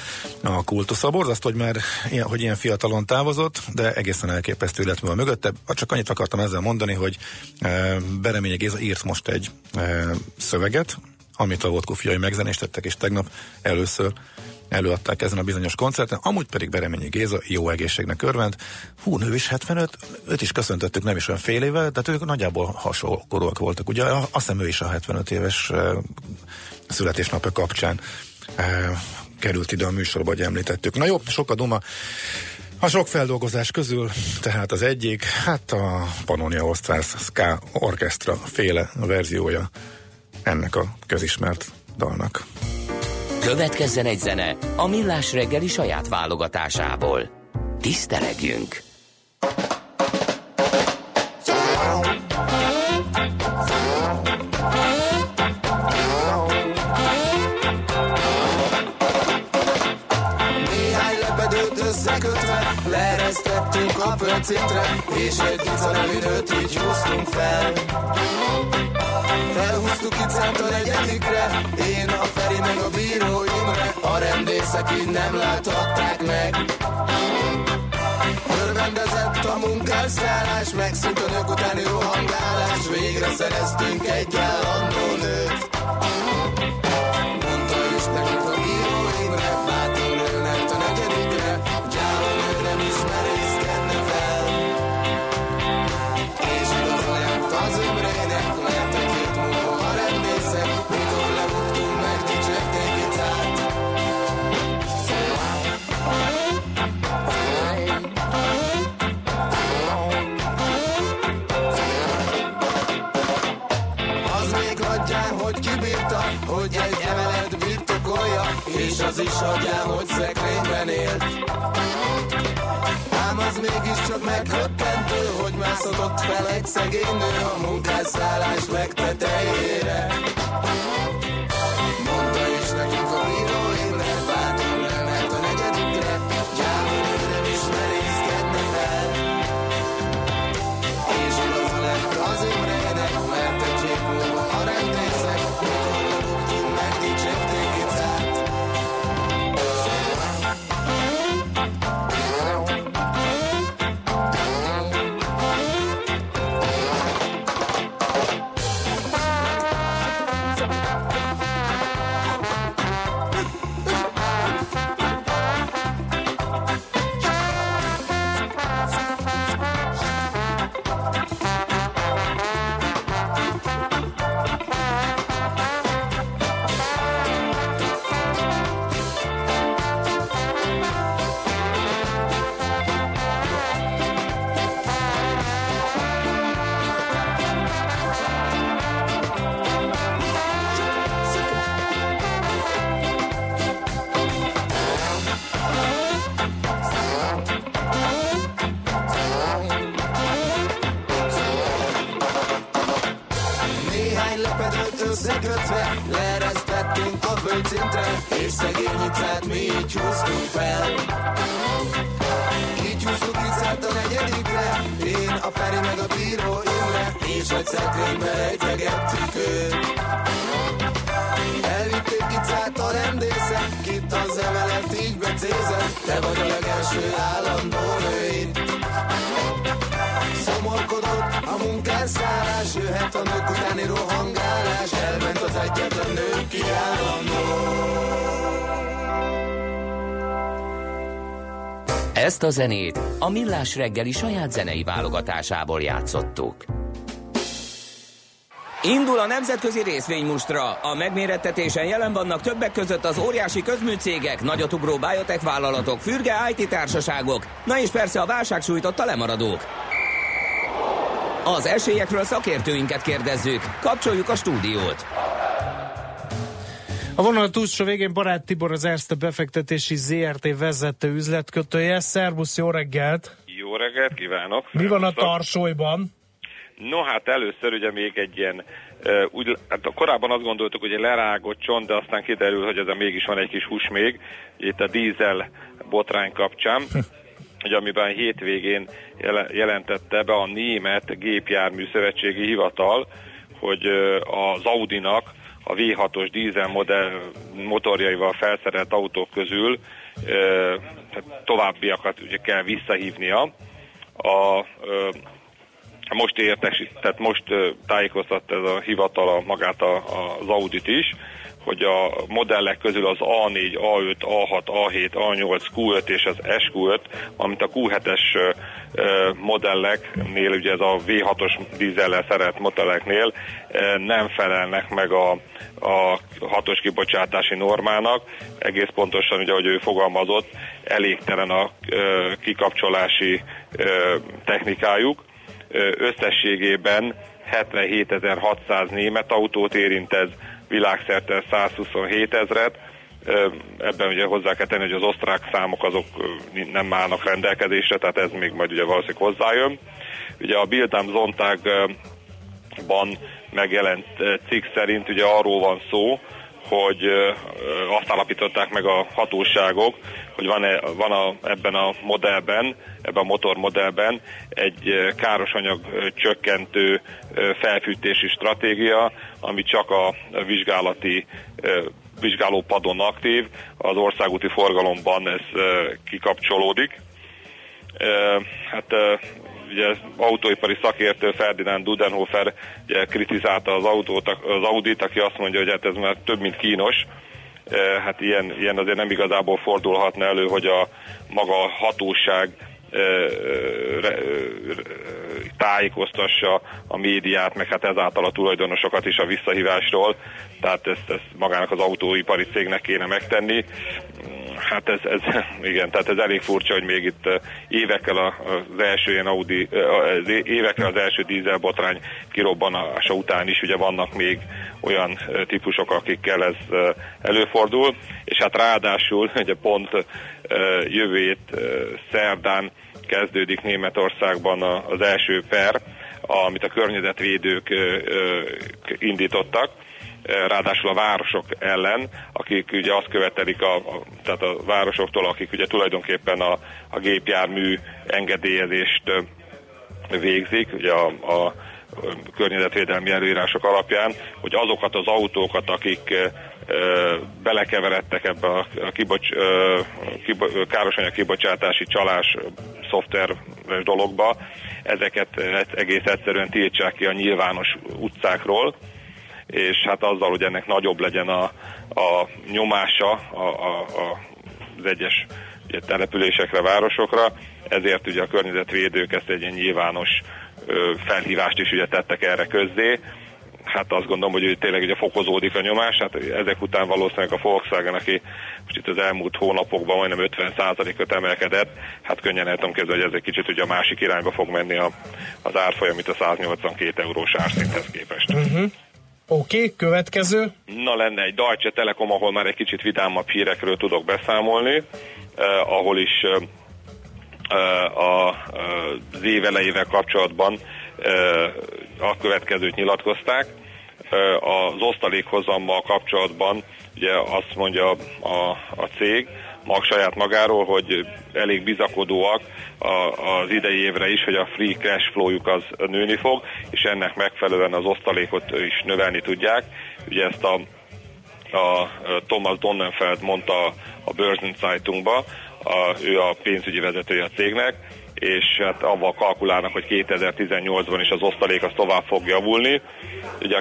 a kultusza. Borzasztó, hogy ilyen fiatalon távozott, de egészen elképesztő életmű a mögötte. Csak annyit akartam ezzel mondani, hogy Bereményi Géza írt most egy szöveget, amit a Vodko Fiai megzenéstettek, és tegnap először előadták ezen a bizonyos koncerten, amúgy pedig Bereményi Géza jó egészségnek örvend. Nő is 75, őt is köszöntöttük nem is olyan fél éve, tehát ők nagyjából hasonlóak voltak. Ugye azt hiszem ő is a 75 éves születésnapja kapcsán került ide a műsorba, hogy említettük. Na jó, sok a duma. A sok feldolgozás közül, tehát az egyik, hát a Pannonia All Stars Ska Orchestra féle verziója ennek a közismert dalnak. Következzen egy zene a Millás reggeli saját válogatásából. Tisztelegjünk! Néhány lepedőt összekötve leeresztettünk a földszintre, és egy kicarevű nőt így húztunk fel. Felhúztuk itt szent a negyedikre, én, a Feri meg a bíró Imre, a rendészek így nem láthatták meg. Örvendezett a munkásszállás, megszűnt a nők utáni rohangálás, végre szereztünk egy állandó nőt. Mondta is nekünk a bíró Imre, bátor nő ment a negyedikre, gyáva nő nem ismerészkedne fel. És igazolját az Imrének, lehetek itt múlva a rendészek, mikor lebuktunk, megdicsérték itt át. Az még adján, hogy kibírta, hogy egy emelet birtokolja, és az is adján, hogy szekrényben élt. Ám az mégiscsak meghökkentő, hogy mászott fel egy szegény nő a munkásszállás legtetejére. Mondta is nekünk a bíró Imre, Imre, és szegény Icát mi így húztuk fel. Így húztuk Icát a negyedikre, én, a Feri meg a bíró Imre, és egy szekrénybe rejtegettük őt. Elvitték Icát a rendészek, kitt az emelet így becézett, te vagy a legelső állandó nő itt. Szomorkodott a munkásszállás, jöhet a nők utáni rohangálás, elment az egyetlen nő kiállandó. Ezt a zenét a Millás reggeli saját zenei válogatásából játszottuk. Indul a nemzetközi részvénymustra. A megmérettetésen jelen vannak többek között az óriási közműcégek, nagyotugró biotech vállalatok, fürge IT társaságok, na és persze a válság sújtotta lemaradók. Az esélyekről szakértőinket kérdezzük. Kapcsoljuk a stúdiót. A vonal túlsó végén Barát Tibor, az Erste befektetési ZRT vezető üzletkötője. Szervusz, jó reggelt! Jó reggelt kívánok! Mi van a tarsolyban? No hát először ugye még egy ilyen, hát korábban azt gondoltuk, hogy egy lerágott csont, de aztán kiderül, hogy ezen mégis van egy kis hús még, itt a dízel botrány kapcsán, hogy amiben hétvégén jelentette be a Német Gépjármű Szövetségi Hivatal, hogy az Audinak a V6-os dízel motorjaival felszerelt autók közül továbbiakat ugye kell visszahívnia. Most tájékoztatta ez a hivatal magát az Audit is, hogy a modellek közül az A4, A5, A6, A7, A8, Q5 és az SQ5, amit a Q7-es modelleknél, ugye ez a V6-os dízellel szerelt modelleknél nem felelnek meg a 6-os kibocsátási normának. Egész pontosan, ugye, ahogy ő fogalmazott, elégtelen a kikapcsolási technikájuk. Összességében 77.600 német autót érint ez, világszerte 127 000-et. Ebben ugye hozzá kell tenni, hogy az osztrák számok azok nem állnak rendelkezésre, tehát ez még majd ugye valószínűleg hozzájön. Ugye a Bild am Sonntagban megjelent cikk szerint ugye arról van szó, hogy azt állapították meg a hatóságok, hogy van ebben a modellben, ebben a motormodellben egy károsanyag csökkentő felfűtési stratégia, ami csak a vizsgálópadon aktív, az országúti forgalomban ez kikapcsolódik. Ugye az autóipari szakértő Ferdinand Dudenhofer ugye kritizálta az Audit, aki azt mondja, hogy hát ez már több mint kínos. Hát ilyen azért nem igazából fordulhatna elő, hogy a maga hatóság tájékoztassa a médiát, meg hát ezáltal a tulajdonosokat is a visszahívásról, tehát ezt magának az autóipari cégnek kéne megtenni. Hát igen, tehát ez elég furcsa, hogy még itt évekkel az első dízelbotrány kirobbanása után is ugye vannak még olyan típusok, akikkel ez előfordul, és hát ráadásul ugye pont jövő hét szerdán kezdődik Németországban az első per, amit a környezetvédők indítottak, ráadásul a városok ellen, akik ugye azt követelik tehát a városoktól, akik ugye tulajdonképpen a gépjármű engedélyezést végzik, ugye a környezetvédelmi előírások alapján, hogy azokat az autókat, akik belekeveredtek ebbe a károsanyag kibocsátási csalás szoftveres dologba, ezeket egész egyszerűen tiltsák ki a nyilvános utcákról, és hát azzal, hogy ennek nagyobb legyen a nyomása az egyes ugye, településekre, városokra, ezért ugye a környezetvédők ezt egy ilyen nyilvános felhívást is ugye tettek erre közzé. Hát azt gondolom, hogy tényleg ugye fokozódik a nyomás, hát ezek után valószínűleg a Volkswagen, aki most itt az elmúlt hónapokban majdnem 50%-ot emelkedett, hát könnyen el tudom képzelni, hogy ez egy kicsit ugye a másik irányba fog menni az árfolyam, itt a 182 eurós árszinthez képest. Oké, következő. Na, lenne egy Deutsche Telekom, ahol már egy kicsit vidámabb hírekről tudok beszámolni, ahol is az év elejével kapcsolatban a következőt nyilatkozták. Az osztalékhozammal kapcsolatban ugye azt mondja a cég saját magáról, hogy elég bizakodóak az idei évre is, hogy a free cash flow-juk az nőni fog, és ennek megfelelően az osztalékot is növelni tudják. Ugye ezt a Thomas Donnenfeld mondta a Börsen Zeitungba, ő a pénzügyi vezetője a cégnek, és hát avval kalkulálnak, hogy 2018-ban is az osztalék az tovább fog javulni. Ugye a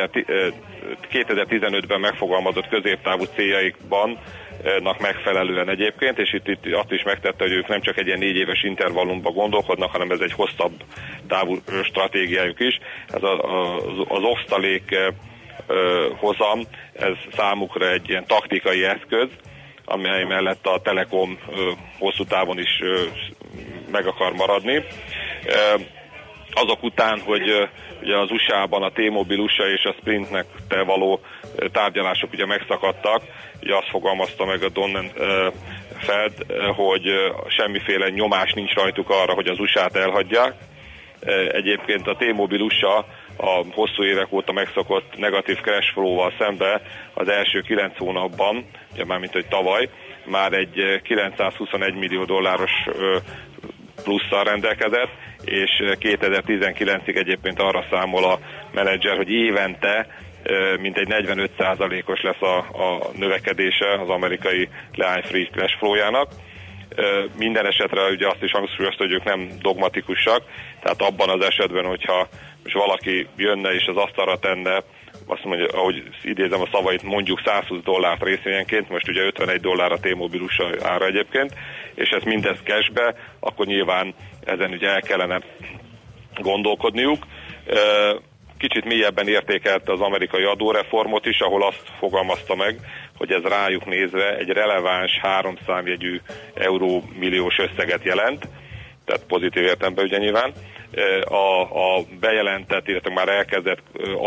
2015-ben megfogalmazott középtávú céljaikban megfelelően egyébként, és itt azt is megtette, hogy ők nem csak egy ilyen 4 éves intervallumban gondolkodnak, hanem ez egy hosszabb távú stratégiájuk is. Ez az osztalék hozam, ez számukra egy ilyen taktikai eszköz, amely mellett a Telekom hosszú távon is meg akar maradni. Azok után, hogy ugye az USA-ban a T-Mobile USA és a Sprintnek való tárgyalások ugye megszakadtak, ugye azt fogalmazta meg a Donnenfeld, hogy semmiféle nyomás nincs rajtuk arra, hogy az USA-t elhagyják. Egyébként a T-Mobile USA a hosszú évek óta megszokott negatív cash flow-val szembe az első 9 hónapban, ugye mármint hogy tavaly, már egy 921 millió dolláros plusszal rendelkezett, és 2019-ig egyébként arra számol a menedzser, hogy évente mintegy 45%-os lesz a növekedése az amerikai leány free cash flow-jának. Minden esetre ugye azt is hangsúlyozta, hogy ők nem dogmatikusak, tehát abban az esetben, hogyha most valaki jönne és az asztalra tenne, azt mondja, ahogy idézem a szavait, mondjuk $120 részvényenként, most ugye $51 a T-Mobile USA ára egyébként, és ez mindez cashbe, akkor nyilván ezen ugye el kellene gondolkodniuk. Kicsit mélyebben értékelte az amerikai adóreformot is, ahol azt fogalmazta meg, hogy ez rájuk nézve egy releváns 3 számjegyű eurómilliós összeget jelent, tehát pozitív értelemben ugye nyilván. A bejelentett, illetve már elkezdett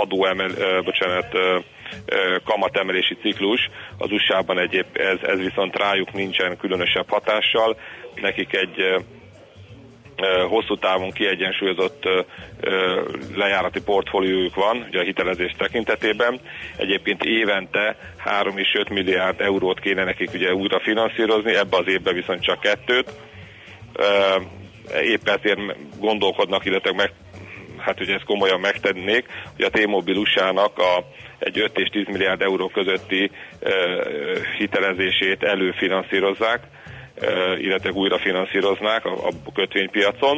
kamatemelési ciklus az USA-ban ez viszont rájuk nincsen különösebb hatással. Nekik egy hosszú távon kiegyensúlyozott lejárati portfóliójuk van, ugye a hitelezés tekintetében. Egyébként évente 3 és 5 milliárd eurót kéne nekik ugye újra finanszírozni, ebbe az évben viszont csak 2-t. Épp ezért gondolkodnak, illetve hát ugye ezt komolyan megtennék, hogy a T-Mobile USA-nak egy 5 és 10 milliárd euró közötti hitelezését előfinanszírozzák, illetve újra finanszíroznák a kötvénypiacon.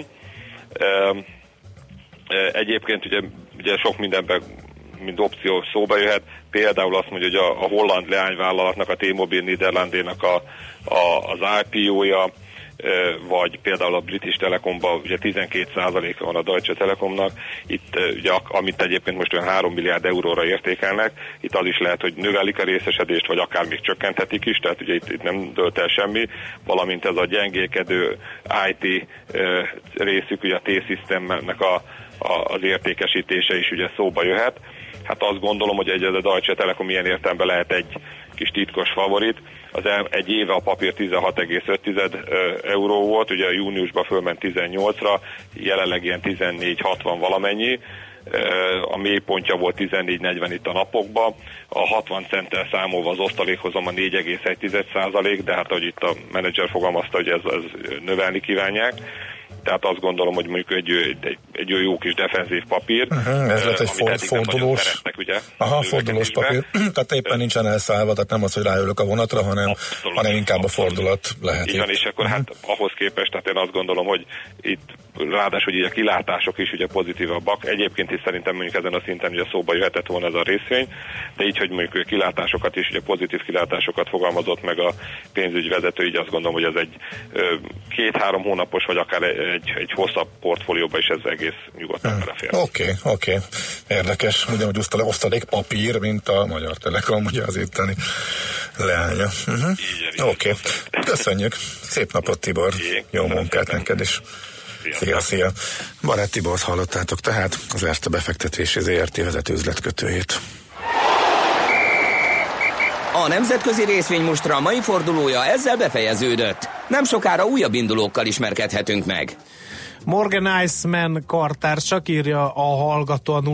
Egy-egyébként ugye sok mindenben, mint opció szóba jöhet, például azt mondja, hogy a holland leányvállalatnak, a T-Mobile Nederlandénak az IPO-ja, vagy például a British Telekomban ugye 12%-a van a Deutsche Telekomnak, itt ugye, amit egyébként most olyan 3 milliárd euróra értékelnek, itt az is lehet, hogy növelik a részesedést, vagy akár még csökkenthetik is, tehát ugye itt nem dölt el semmi, valamint ez a gyengélkedő IT részük, ugye a T-Systemnek az értékesítése is ugye szóba jöhet. Hát azt gondolom, hogy a Deutsche Telekom ilyen értelemben lehet egy kis titkos favorit. Egy éve a papír 16,5 euró volt, ugye júniusban fölment 18-ra, jelenleg ilyen 14,60 valamennyi, a mélypontja volt 14,40 itt a napokban, a 60 centtel számolva az osztalékhozam a 4,1%, de hát ahogy itt a menedzser fogalmazta, hogy ez növelni kívánják. Tehát azt gondolom, hogy mondjuk egy jó kis defenzív papír. Ez lett egy fordulós. Fordulós papír. Tehát éppen nincsen elszállva, tehát nem az, hogy ráülök a vonatra, hanem inkább a fordulat lehet. Igen, és akkor hát ahhoz képest, tehát én azt gondolom, hogy itt ráadásul így a kilátások is ugye pozitívabbak. Egyébként is szerintem mondjuk ezen a szinten ugye szóba jöhetett volna ez a részvény, de így, hogy mondjuk kilátásokat is, ugye pozitív kilátásokat fogalmazott meg a pénzügyi vezető, így azt gondolom, hogy ez egy 2-3 hónapos, vagy akár egy hosszabb portfólióban is ez egész nyugodtan belefér. Oké. Érdekes, ugyanúgy osztalék papír, mint a Magyar Telekom, ugye az itteni leánya. Oké. Köszönjük. Szép napot, Tibor. Jó munkát neked is. Szia. Barát Tibort hallottátok tehát, az Erste befektetési ZRT vezető üzletkötőjét. A nemzetközi részvénymustra mai fordulója ezzel befejeződött. Nem sokára újabb indulókkal ismerkedhetünk meg. Morgan Eisman kartársak, írja a hallgató a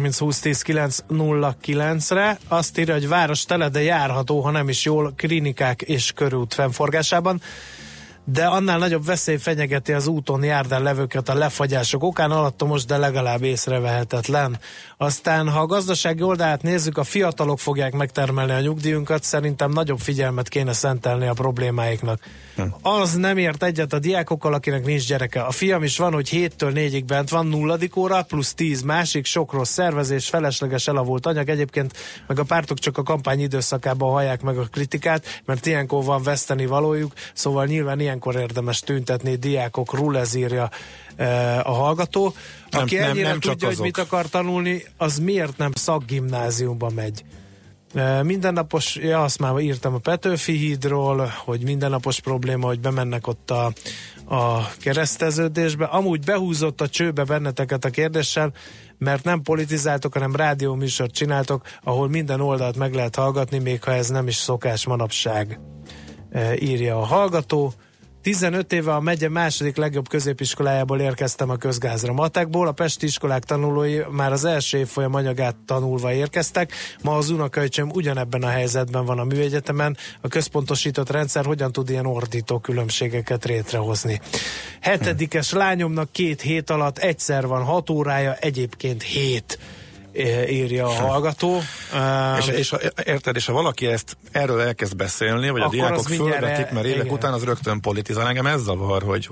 0-30-20-10-9-09-re. Azt írja, hogy város tele, de járható, ha nem is jól, klinikák és körút fennforgásában. De annál nagyobb veszély fenyegeti az úton járdán levőket a lefagyások okán, alattomos, de legalább észrevehetetlen. Aztán, ha a gazdasági oldalát nézzük, a fiatalok fogják megtermelni a nyugdíjunkat, szerintem nagyobb figyelmet kéne szentelni a problémáiknak. Az nem ért egyet a diákokkal, akinek nincs gyereke. A fiam is van, hogy 7-től 4-ig bent van, 0. óra, plusz 10 másik, sok rossz szervezés, felesleges elavult anyag. Egyébként meg a pártok csak a kampány időszakában hallják meg a kritikát, mert ilyenkor van veszteni valójuk, szóval nyilván ilyenkor érdemes tüntetni, diákok, ez írja a hallgató. Aki ennyire tudja, hogy mit akar tanulni, az miért nem szakgimnáziumba megy? Mindennapos, azt már írtam a Petőfi hídról, hogy mindennapos probléma, hogy bemennek ott a kereszteződésbe. Amúgy behúzott a csőbe benneteket a kérdéssel, mert nem politizáltok, hanem rádióműsort csináltok, ahol minden oldalt meg lehet hallgatni, még ha ez nem is szokás manapság, írja a hallgató. 15 éve a megye második legjobb középiskolájából érkeztem a közgázra matekból. A pesti iskolák tanulói már az első évfolyam anyagát tanulva érkeztek. Ma az unokaöcsém ugyanebben a helyzetben van a műegyetemen. A központosított rendszer hogyan tud ilyen ordító különbségeket létrehozni? 7. lányomnak 2 hét alatt egyszer van 6 órája, egyébként 7. írja a hallgató. Érted, és ha valaki erről elkezd beszélni, vagy a diákok fölvetik, mert évek után az rögtön politizál. Engem ez zavar, hogy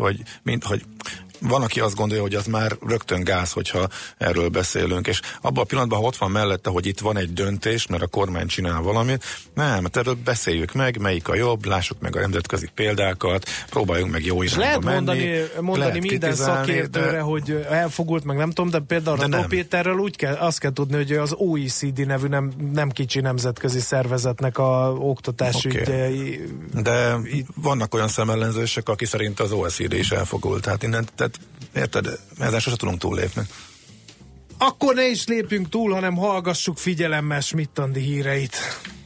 van, aki azt gondolja, hogy az már rögtön gáz, hogyha erről beszélünk, és abban a pillanatban, ha ott van mellette, hogy itt van egy döntés, mert a kormány csinál valamit, nem, mert erről beszéljük meg, melyik a jobb, lássuk meg a nemzetközi példákat, próbáljunk meg jó irányba menni. Lehet mondani minden szakértőre, hogy elfogult, meg nem tudom, de például a Péterről azt kell tudni, hogy az OECD nevű nem kicsi nemzetközi szervezetnek a oktatási ügyei. De vannak olyan szemellenzősök, aki szerint az OECD is elfogult, tehát érted, ezen sose tudunk túllépni. Akkor ne is lépjünk túl, hanem hallgassuk figyelemmel Schmidt Andi híreit.